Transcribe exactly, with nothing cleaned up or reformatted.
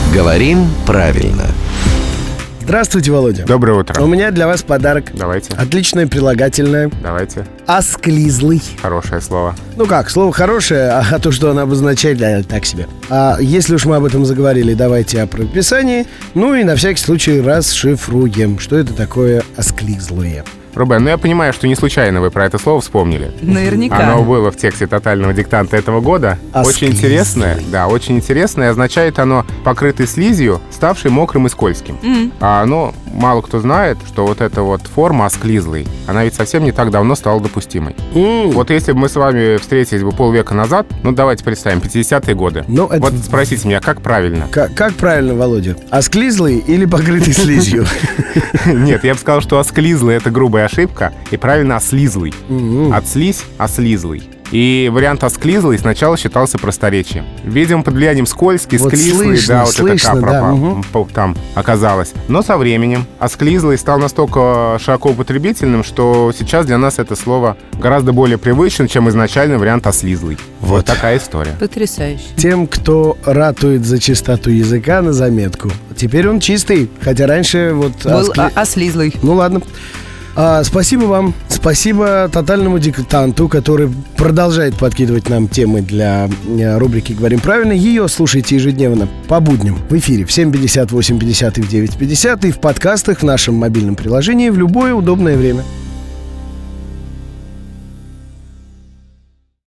Говорим правильно. Здравствуйте, Володя. Доброе утро. У меня для вас подарок. Давайте. Отличное прилагательное. Давайте. Осклизлый. Хорошее слово. Ну как, слово хорошее, а, а то, что оно обозначает, да, так себе. А если уж мы об этом заговорили, давайте о прописании. Ну и на всякий случай расшифруем, что это такое осклизлое. Рубен, ну я понимаю, что не случайно вы про это слово вспомнили. Наверняка. Оно было в тексте тотального диктанта этого года. Осклизлый. Очень интересное. Да, очень интересное. Означает оно покрытый слизью, ставший мокрым и скользким. М. А оно, мало кто знает, что вот эта вот форма осклизлый, она ведь совсем не так давно стала допустимой. М. Вот если бы мы с вами встретились бы полвека назад, ну давайте представим, пятидесятые годы. Ну, это- Вот спросите меня, как правильно? Как, как правильно, Володя? Осклизлый или покрытый слизью? Нет, я бы сказал, что осклизлый — это грубая ошибка, и правильно ослизлый. От слизь — ослизлый. И вариант осклизлый сначала считался просторечием. Видимо, под влиянием скользкий, Вот склизлый, слышно, да, вот слышно, это да, капра мгм. по- там оказалось. Но со временем осклизлый стал настолько широко употребительным, что сейчас для нас это слово гораздо более привычно, чем изначальный вариант ослизлый. Вот, Вот. такая история. Потрясающе. Тем, кто ратует за чистоту языка, на заметку. Теперь он чистый, хотя раньше вот... Был оскли- а- ослизлый. Ну ладно. А, спасибо вам. Спасибо тотальному диктанту, который продолжает подкидывать нам темы для э, рубрики «Говорим правильно». Ее слушайте ежедневно по будням в эфире в семь пятьдесят, восемь пятьдесят и в девять пятьдесят и в подкастах в нашем мобильном приложении в любое удобное время.